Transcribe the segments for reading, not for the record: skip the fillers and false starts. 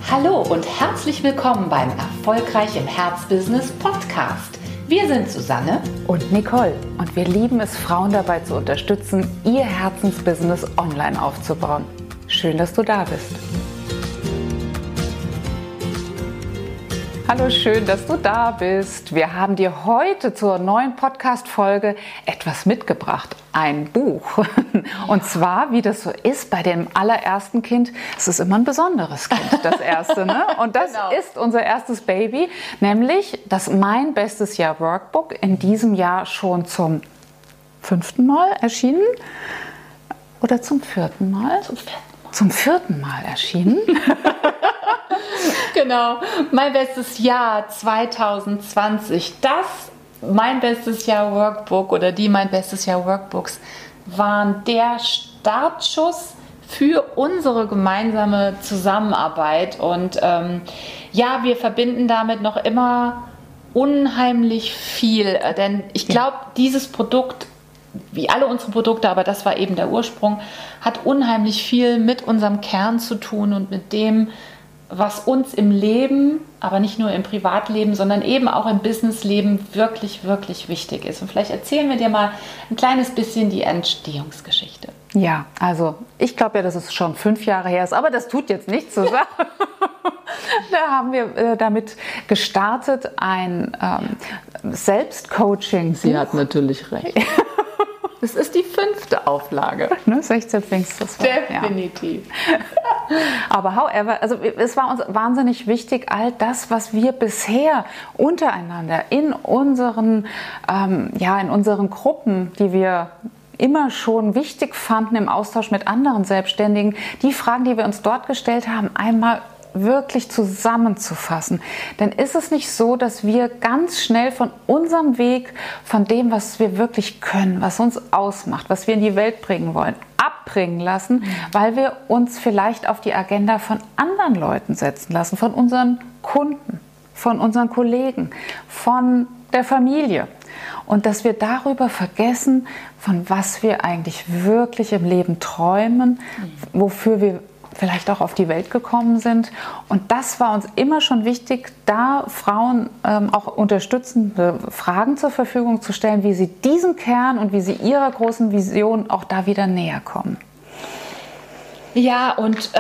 Hallo und herzlich willkommen beim Erfolgreich im Herzbusiness Podcast. Wir sind Susanne und Nicole und wir lieben es, Frauen dabei zu unterstützen, ihr Herzensbusiness online aufzubauen. Schön, dass du da bist. Hallo, schön, dass du da bist. Wir haben dir heute zur neuen Podcast-Folge etwas mitgebracht, ein Buch. Und zwar, wie das so ist bei dem allerersten Kind, es ist immer ein besonderes Kind, das erste, ne? Und das ist unser erstes Baby, nämlich das Mein Bestes Jahr Workbook, in diesem Jahr schon zum 5. Mal erschienen oder zum 4. Mal? Zum 4. Mal erschienen. Genau, Mein Bestes Jahr 2020. Das Mein Bestes Jahr Workbook oder die Mein Bestes Jahr Workbooks waren der Startschuss für unsere gemeinsame Zusammenarbeit. Und wir verbinden damit noch immer unheimlich viel. Denn ich glaube, dieses Produkt, wie alle unsere Produkte, aber das war eben der Ursprung, hat unheimlich viel mit unserem Kern zu tun und mit dem, was uns im Leben, aber nicht nur im Privatleben, sondern eben auch im Businessleben wirklich, wirklich wichtig ist. Und vielleicht erzählen wir dir mal ein kleines bisschen die Entstehungsgeschichte. Ja, also ich glaube ja, dass es schon 5 Jahre her ist, aber das tut jetzt nichts zur Sache. Da haben wir damit gestartet, ein Selbstcoaching. Sie hat natürlich recht. Das ist die 5. Auflage. 16 Pfingst. Definitiv. Ja. Aber however, also es war uns wahnsinnig wichtig, all das, was wir bisher untereinander in unseren Gruppen, die wir immer schon wichtig fanden im Austausch mit anderen Selbstständigen, die Fragen, die wir uns dort gestellt haben, einmal wirklich zusammenzufassen. Denn ist es nicht so, dass wir ganz schnell von unserem Weg, von dem, was wir wirklich können, was uns ausmacht, was wir in die Welt bringen wollen, abbringen lassen, weil wir uns vielleicht auf die Agenda von anderen Leuten setzen lassen, von unseren Kunden, von unseren Kollegen, von der Familie. Und dass wir darüber vergessen, von was wir eigentlich wirklich im Leben träumen, wofür wir vielleicht auch auf die Welt gekommen sind. Und das war uns immer schon wichtig, da Frauen auch unterstützende Fragen zur Verfügung zu stellen, wie sie diesen Kern und wie sie ihrer großen Vision auch da wieder näher kommen. Ja, und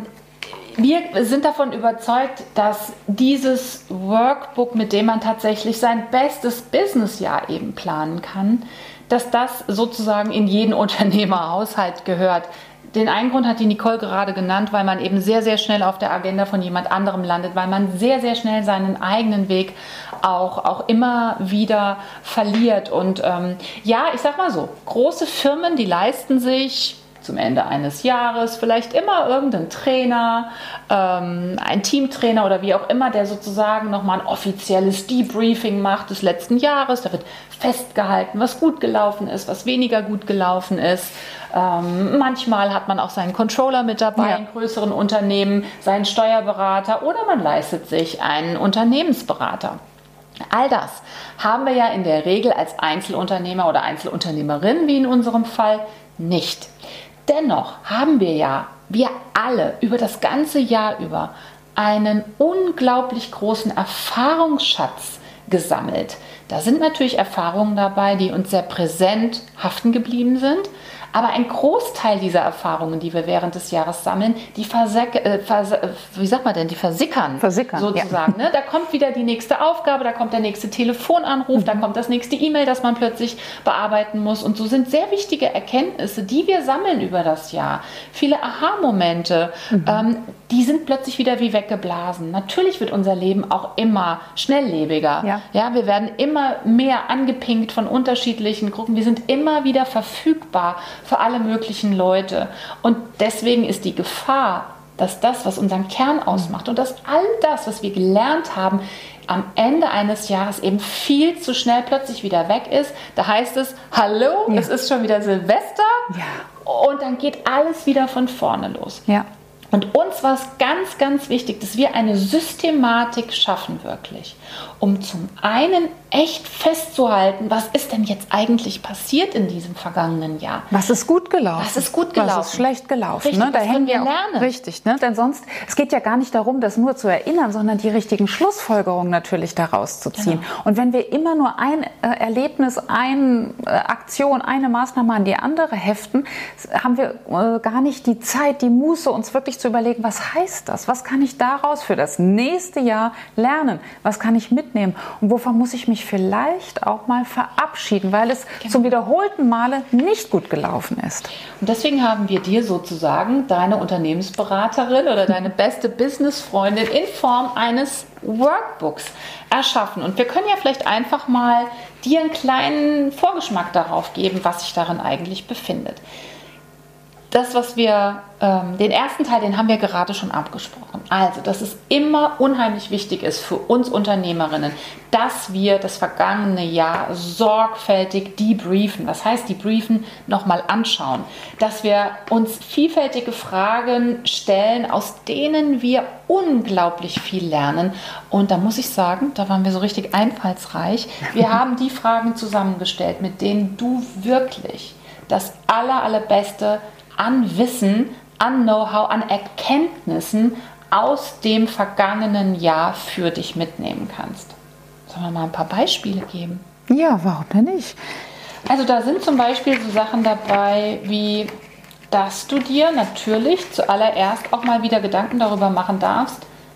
wir sind davon überzeugt, dass dieses Workbook, mit dem man tatsächlich sein bestes Businessjahr eben planen kann, dass das sozusagen in jeden Unternehmerhaushalt gehört. Den einen Grund hat die Nicole gerade genannt, weil man eben sehr, sehr schnell auf der Agenda von jemand anderem landet, weil man sehr, sehr schnell seinen eigenen Weg auch immer wieder verliert. Und ich sag mal so, große Firmen, die leisten sich zum Ende eines Jahres vielleicht immer irgendeinen Trainer, ein Teamtrainer oder wie auch immer, der sozusagen nochmal ein offizielles Debriefing macht des letzten Jahres. Da wird festgehalten, was gut gelaufen ist, was weniger gut gelaufen ist. Manchmal hat man auch seinen Controller mit dabei in größeren Unternehmen, seinen Steuerberater oder man leistet sich einen Unternehmensberater. All das haben wir ja in der Regel als Einzelunternehmer oder Einzelunternehmerin, wie in unserem Fall, nicht. Dennoch haben wir alle über das ganze Jahr über einen unglaublich großen Erfahrungsschatz gesammelt. Da sind natürlich Erfahrungen dabei, die uns sehr präsent haften geblieben sind. Aber ein Großteil dieser Erfahrungen, die wir während des Jahres sammeln, die versickern sozusagen. Ja. Ne? Da kommt wieder die nächste Aufgabe, da kommt der nächste Telefonanruf, da kommt das nächste E-Mail, das man plötzlich bearbeiten muss. Und so sind sehr wichtige Erkenntnisse, die wir sammeln über das Jahr. Viele Aha-Momente, die sind plötzlich wieder wie weggeblasen. Natürlich wird unser Leben auch immer schnelllebiger. Ja, wir werden immer mehr angepinkt von unterschiedlichen Gruppen. Wir sind immer wieder verfügbar für alle möglichen Leute. Und deswegen ist die Gefahr, dass das, was unseren Kern ausmacht und dass all das, was wir gelernt haben, am Ende eines Jahres eben viel zu schnell plötzlich wieder weg ist. Da heißt es, hallo, es ist schon wieder Silvester und dann geht alles wieder von vorne los. Ja. Und uns war es ganz, ganz wichtig, dass wir eine Systematik schaffen wirklich, um zum einen echt festzuhalten, was ist denn jetzt eigentlich passiert in diesem vergangenen Jahr? Was ist gut gelaufen? Was ist gut gelaufen? Was ist schlecht gelaufen? Richtig, ne? Da was hängen können wir wir auch, lernen? richtig, ne? Denn sonst, es geht ja gar nicht darum, das nur zu erinnern, sondern die richtigen Schlussfolgerungen natürlich daraus zu ziehen. Genau. Und wenn wir immer nur ein Erlebnis, eine Aktion, eine Maßnahme an die andere heften, haben wir gar nicht die Zeit, die Muße, uns wirklich zu überlegen, was heißt das? Was kann ich daraus für das nächste Jahr lernen? Was kann ich mitnehmen? Und wovon muss ich mich vielleicht auch mal verabschieden, weil es zum wiederholten Male nicht gut gelaufen ist. Und deswegen haben wir dir sozusagen deine Unternehmensberaterin oder deine beste Businessfreundin in Form eines Workbooks erschaffen. Und wir können ja vielleicht einfach mal dir einen kleinen Vorgeschmack darauf geben, was sich darin eigentlich befindet. Das, was wir, den ersten Teil, den haben wir gerade schon abgesprochen. Also, dass es immer unheimlich wichtig ist für uns Unternehmerinnen, dass wir das vergangene Jahr sorgfältig debriefen. Das heißt, debriefen nochmal anschauen. Dass wir uns vielfältige Fragen stellen, aus denen wir unglaublich viel lernen. Und da muss ich sagen, da waren wir so richtig einfallsreich. Wir haben die Fragen zusammengestellt, mit denen du wirklich das allerbeste an Wissen, an Know-how, an Erkenntnissen aus dem vergangenen Jahr für dich mitnehmen kannst. Sollen wir mal ein paar Beispiele geben? Ja, warum denn nicht? Also da sind zum Beispiel so Sachen dabei, wie dass du dir natürlich zuallererst auch mal wieder Gedanken darüber machen darfst,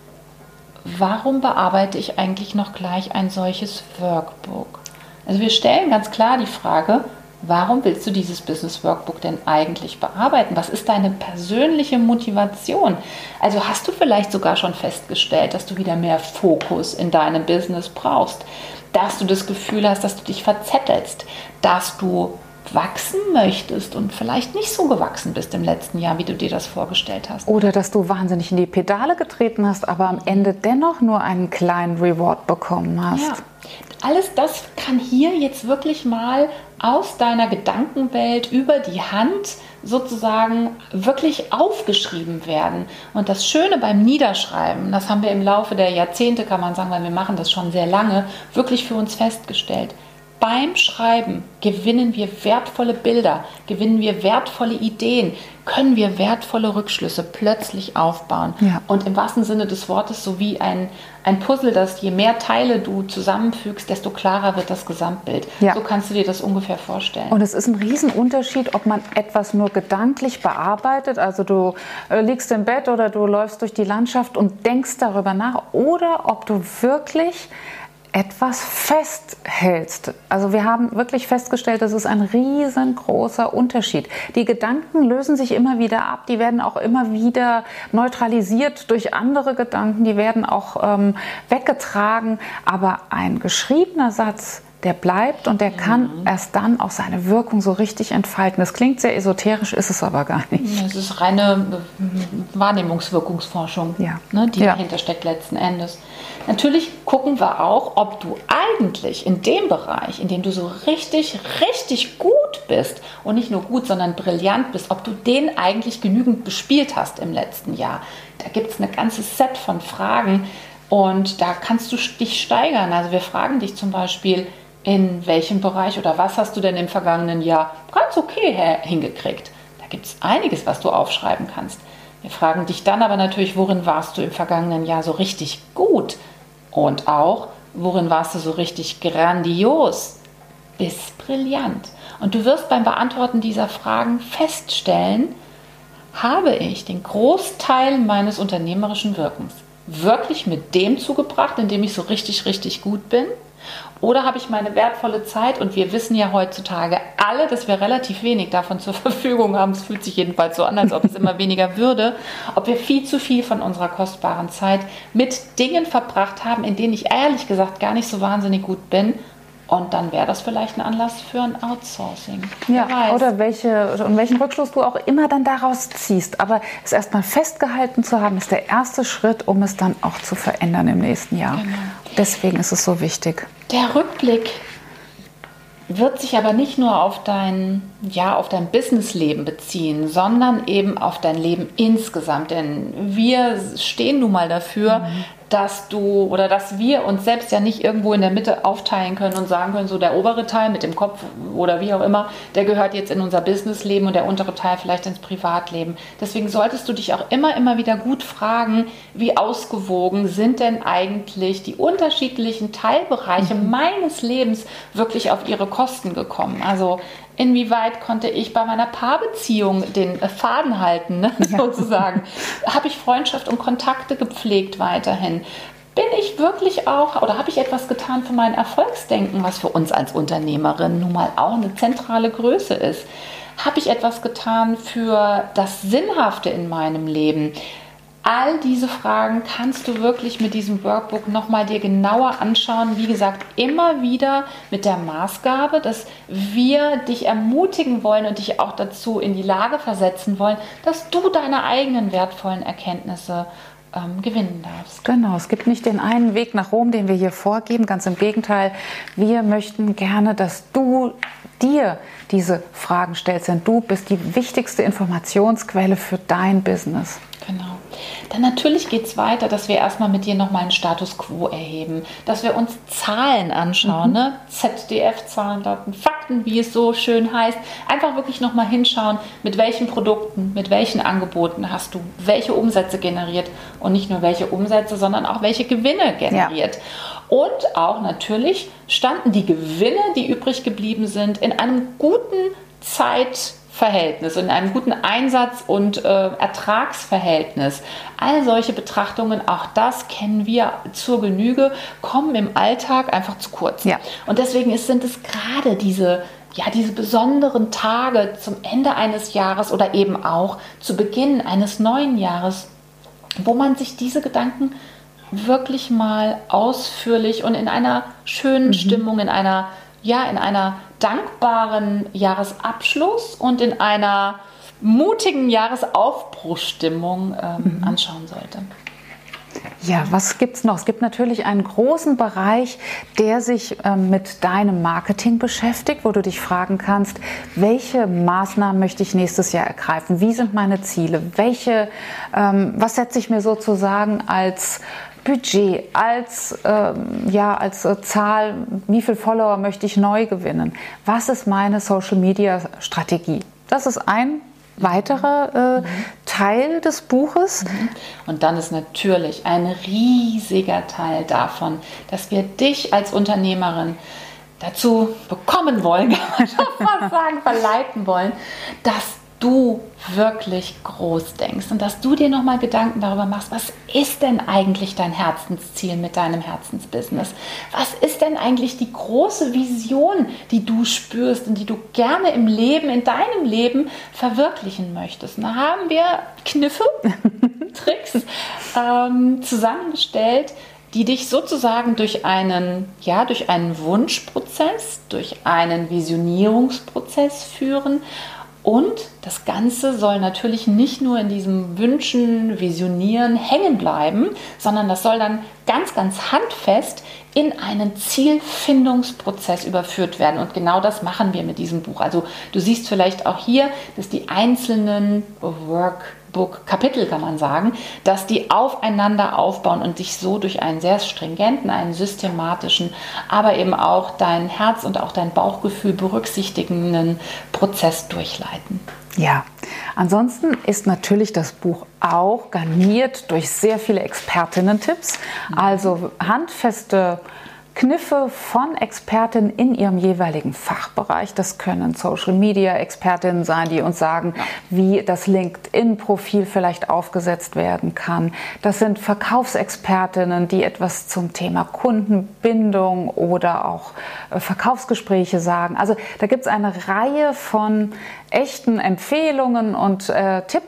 warum bearbeite ich eigentlich noch gleich ein solches Workbook? Also wir stellen ganz klar die Frage, warum willst du dieses Business Workbook denn eigentlich bearbeiten? Was ist deine persönliche Motivation? Also hast du vielleicht sogar schon festgestellt, dass du wieder mehr Fokus in deinem Business brauchst, dass du das Gefühl hast, dass du dich verzettelst, dass du wachsen möchtest und vielleicht nicht so gewachsen bist im letzten Jahr, wie du dir das vorgestellt hast. Oder dass du wahnsinnig in die Pedale getreten hast, aber am Ende dennoch nur einen kleinen Reward bekommen hast. Ja. Alles das kann hier jetzt wirklich mal aus deiner Gedankenwelt über die Hand sozusagen wirklich aufgeschrieben werden. Und das Schöne beim Niederschreiben, das haben wir im Laufe der Jahrzehnte, kann man sagen, weil wir machen das schon sehr lange, wirklich für uns festgestellt. Beim Schreiben gewinnen wir wertvolle Bilder, gewinnen wir wertvolle Ideen, können wir wertvolle Rückschlüsse plötzlich aufbauen. Ja. Und im wahrsten Sinne des Wortes, so wie ein Puzzle, das je mehr Teile du zusammenfügst, desto klarer wird das Gesamtbild. Ja. So kannst du dir das ungefähr vorstellen. Und es ist ein Riesenunterschied, ob man etwas nur gedanklich bearbeitet, also du liegst im Bett oder du läufst durch die Landschaft und denkst darüber nach, oder ob du wirklich etwas festhältst. Also wir haben wirklich festgestellt, das ist ein riesengroßer Unterschied. Die Gedanken lösen sich immer wieder ab, die werden auch immer wieder neutralisiert durch andere Gedanken, die werden auch weggetragen, aber ein geschriebener Satz, der bleibt und der kann erst dann auch seine Wirkung so richtig entfalten. Das klingt sehr esoterisch, ist es aber gar nicht. Es ist reine Wahrnehmungswirkungsforschung, Ja. ne, die dahinter steckt letzten Endes. Natürlich gucken wir auch, ob du eigentlich in dem Bereich, in dem du so richtig, richtig gut bist und nicht nur gut, sondern brillant bist, ob du den eigentlich genügend bespielt hast im letzten Jahr. Da gibt es ein ganzes Set von Fragen und da kannst du dich steigern. Also wir fragen dich zum Beispiel, in welchem Bereich oder was hast du denn im vergangenen Jahr ganz okay hingekriegt? Da gibt es einiges, was du aufschreiben kannst. Wir fragen dich dann aber natürlich, worin warst du im vergangenen Jahr so richtig gut? Und auch, worin warst du so richtig grandios bis brillant? Und du wirst beim Beantworten dieser Fragen feststellen, habe ich den Großteil meines unternehmerischen Wirkens wirklich mit dem zugebracht, in dem ich so richtig, richtig gut bin? Oder habe ich meine wertvolle Zeit, und wir wissen ja heutzutage alle, dass wir relativ wenig davon zur Verfügung haben, es fühlt sich jedenfalls so an, als ob es immer weniger würde, ob wir viel zu viel von unserer kostbaren Zeit mit Dingen verbracht haben, in denen ich ehrlich gesagt gar nicht so wahnsinnig gut bin. Und dann wäre das vielleicht ein Anlass für ein Outsourcing. Ja, oder welchen Rückschluss du auch immer dann daraus ziehst. Aber es erstmal festgehalten zu haben, ist der erste Schritt, um es dann auch zu verändern im nächsten Jahr. Genau. Deswegen ist es so wichtig. Der Rückblick, wird sich aber nicht nur auf dein Businessleben beziehen, sondern eben auf dein Leben insgesamt. Denn wir stehen nun mal dafür, dass wir uns selbst ja nicht irgendwo in der Mitte aufteilen können und sagen können, so der obere Teil mit dem Kopf oder wie auch immer, der gehört jetzt in unser Businessleben und der untere Teil vielleicht ins Privatleben. Deswegen solltest du dich auch immer wieder gut fragen, wie ausgewogen sind denn eigentlich die unterschiedlichen Teilbereiche meines Lebens wirklich auf ihre Kosten gekommen. Also inwieweit konnte ich bei meiner Paarbeziehung den Faden halten, ne? Sozusagen? Habe ich Freundschaft und Kontakte gepflegt weiterhin? Bin ich wirklich auch, oder habe ich etwas getan für mein Erfolgsdenken, was für uns als Unternehmerin nun mal auch eine zentrale Größe ist? Habe ich etwas getan für das Sinnhafte in meinem Leben? All diese Fragen kannst du wirklich mit diesem Workbook nochmal dir genauer anschauen. Wie gesagt, immer wieder mit der Maßgabe, dass wir dich ermutigen wollen und dich auch dazu in die Lage versetzen wollen, dass du deine eigenen wertvollen Erkenntnisse gewinnen darfst. Genau, es gibt nicht den einen Weg nach Rom, den wir hier vorgeben. Ganz im Gegenteil, wir möchten gerne, dass du dir diese Fragen stellst, denn du bist die wichtigste Informationsquelle für dein Business. Genau. Dann natürlich geht es weiter, dass wir erstmal mit dir nochmal einen Status Quo erheben, dass wir uns Zahlen anschauen, ne? ZDF, Zahlen, Daten, Fakten, wie es so schön heißt. Einfach wirklich nochmal hinschauen, mit welchen Produkten, mit welchen Angeboten hast du welche Umsätze generiert und nicht nur welche Umsätze, sondern auch welche Gewinne generiert. Ja. Und auch natürlich standen die Gewinne, die übrig geblieben sind, in einem guten Zeitverhältnis, in einem guten Einsatz- und Ertragsverhältnis. All solche Betrachtungen, auch das kennen wir zur Genüge, kommen im Alltag einfach zu kurz. Ja. Und deswegen sind es gerade diese besonderen Tage zum Ende eines Jahres oder eben auch zu Beginn eines neuen Jahres, wo man sich diese Gedanken wirklich mal ausführlich und in einer schönen Stimmung, in einer dankbaren Jahresabschluss und in einer mutigen Jahresaufbruchstimmung anschauen sollte. Ja, was gibt es noch? Es gibt natürlich einen großen Bereich, der sich mit deinem Marketing beschäftigt, wo du dich fragen kannst, welche Maßnahmen möchte ich nächstes Jahr ergreifen? Wie sind meine Ziele? Was setze ich mir sozusagen als Budget, als Zahl, wie viele Follower möchte ich neu gewinnen? Was ist meine Social-Media-Strategie? Das ist ein weiterer Teil des Buches. Und dann ist natürlich ein riesiger Teil davon, dass wir dich als Unternehmerin dazu bekommen wollen, kann man schon fast sagen, verleiten wollen, dass du wirklich groß denkst und dass du dir nochmal Gedanken darüber machst, was ist denn eigentlich dein Herzensziel mit deinem Herzensbusiness? Was ist denn eigentlich die große Vision, die du spürst und die du gerne in deinem Leben verwirklichen möchtest? Und da haben wir Kniffe, Tricks zusammengestellt, die dich sozusagen durch einen Wunschprozess, durch einen Visionierungsprozess führen. Und das Ganze soll natürlich nicht nur in diesem Wünschen, Visionieren hängen bleiben, sondern das soll dann ganz, ganz handfest in einen Zielfindungsprozess überführt werden. Und genau das machen wir mit diesem Buch. Also du siehst vielleicht auch hier, dass die einzelnen Workbook-Kapitel, kann man sagen, dass die aufeinander aufbauen und dich so durch einen sehr stringenten, einen systematischen, aber eben auch dein Herz und auch dein Bauchgefühl berücksichtigenden Prozess durchleiten. Ja, ansonsten ist natürlich das Buch auch garniert durch sehr viele Expertinnen-Tipps, also handfeste Kniffe von Expertinnen in ihrem jeweiligen Fachbereich. Das können Social-Media-Expertinnen sein, die uns sagen, wie das LinkedIn-Profil vielleicht aufgesetzt werden kann. Das sind Verkaufsexpertinnen, die etwas zum Thema Kundenbindung oder auch Verkaufsgespräche sagen. Also da gibt es eine Reihe von echten Empfehlungen und Tipps,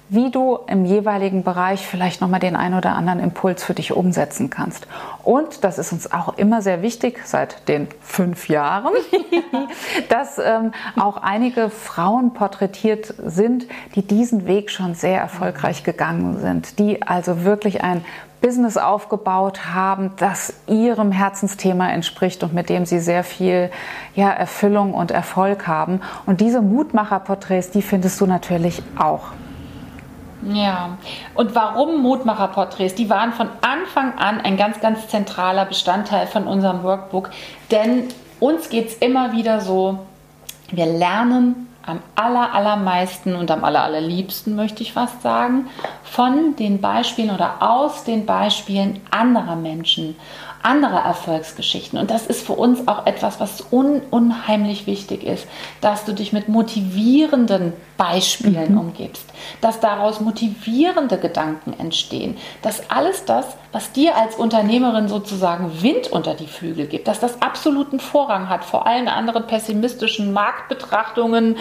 wie du im jeweiligen Bereich vielleicht nochmal den einen oder anderen Impuls für dich umsetzen kannst. Und das ist uns auch immer sehr wichtig, seit den 5 Jahren, dass auch einige Frauen porträtiert sind, die diesen Weg schon sehr erfolgreich gegangen sind, die also wirklich ein Business aufgebaut haben, das ihrem Herzensthema entspricht und mit dem sie sehr viel Erfüllung und Erfolg haben. Und diese Mutmacherporträts, die findest du natürlich auch. Ja, und warum Mutmacherporträts? Die waren von Anfang an ein ganz, ganz zentraler Bestandteil von unserem Workbook, denn uns geht es immer wieder so, wir lernen am allermeisten und am allerliebsten, möchte ich fast sagen, von den Beispielen oder aus den Beispielen anderer Menschen, anderer Erfolgsgeschichten. Und das ist für uns auch etwas, was unheimlich wichtig ist, dass du dich mit motivierenden Beispielen umgibst, dass daraus motivierende Gedanken entstehen, dass alles das, was dir als Unternehmerin sozusagen Wind unter die Flügel gibt, dass das absoluten Vorrang hat vor allen anderen pessimistischen Marktbetrachtungen,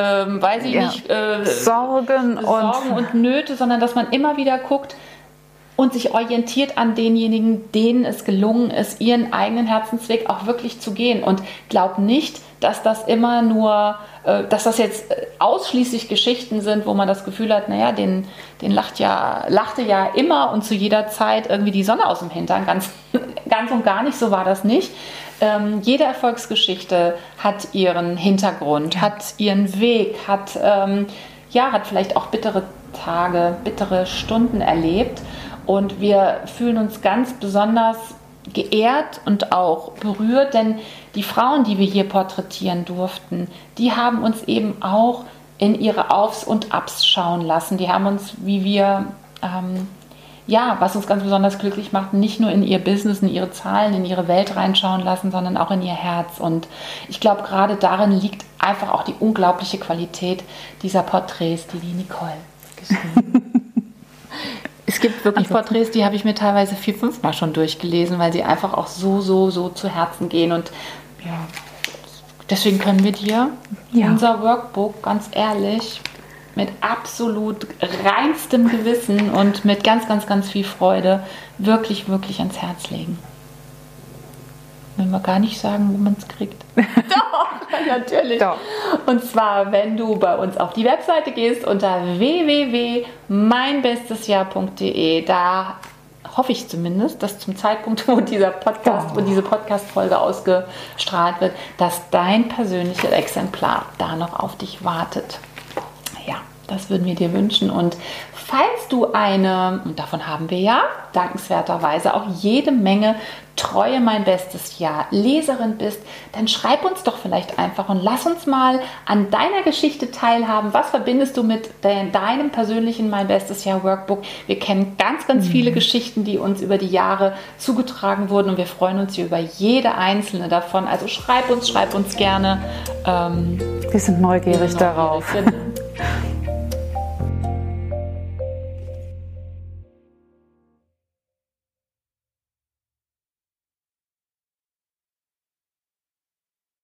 Sorgen und Nöte, sondern dass man immer wieder guckt und sich orientiert an denjenigen, denen es gelungen ist, ihren eigenen Herzensweg auch wirklich zu gehen. Und glaub nicht, dass das immer nur, dass das jetzt ausschließlich Geschichten sind, wo man das Gefühl hat, naja, den lachte ja immer und zu jeder Zeit irgendwie die Sonne aus dem Hintern. Ganz und gar nicht, so war das nicht. Jede Erfolgsgeschichte hat ihren Hintergrund, hat ihren Weg, hat vielleicht auch bittere Tage, bittere Stunden erlebt. Und wir fühlen uns ganz besonders geehrt und auch berührt, denn die Frauen, die wir hier porträtieren durften, die haben uns eben auch in ihre Aufs und Abs schauen lassen. Die haben uns, was uns ganz besonders glücklich macht, nicht nur in ihr Business, in ihre Zahlen, in ihre Welt reinschauen lassen, sondern auch in ihr Herz. Und ich glaube, gerade darin liegt einfach auch die unglaubliche Qualität dieser Porträts, die Nicole geschrieben hat. Es gibt wirklich Porträts, die habe ich mir teilweise 4-5 Mal schon durchgelesen, weil sie einfach auch so zu Herzen gehen. Und deswegen können wir dir unser Workbook ganz ehrlich mit absolut reinstem Gewissen und mit ganz, ganz, ganz viel Freude wirklich ans Herz legen. Wenn wir gar nicht sagen, wo man es kriegt. Doch, natürlich. Doch. Und zwar, wenn du bei uns auf die Webseite gehst unter www.meinbestesjahr.de. Da hoffe ich zumindest, dass zum Zeitpunkt, wo diese Podcast-Folge ausgestrahlt wird, dass dein persönliches Exemplar da noch auf dich wartet. Ja, das würden wir dir wünschen. Und falls du und davon haben wir ja dankenswerterweise auch jede Menge treue Mein Bestes Jahr Leserin bist, dann schreib uns doch vielleicht einfach und lass uns mal an deiner Geschichte teilhaben. Was verbindest du mit deinem persönlichen Mein Bestes Jahr Workbook? Wir kennen ganz, ganz viele Geschichten, die uns über die Jahre zugetragen wurden und wir freuen uns hier über jede einzelne davon. Also schreib uns gerne. Wir sind neugierig darauf.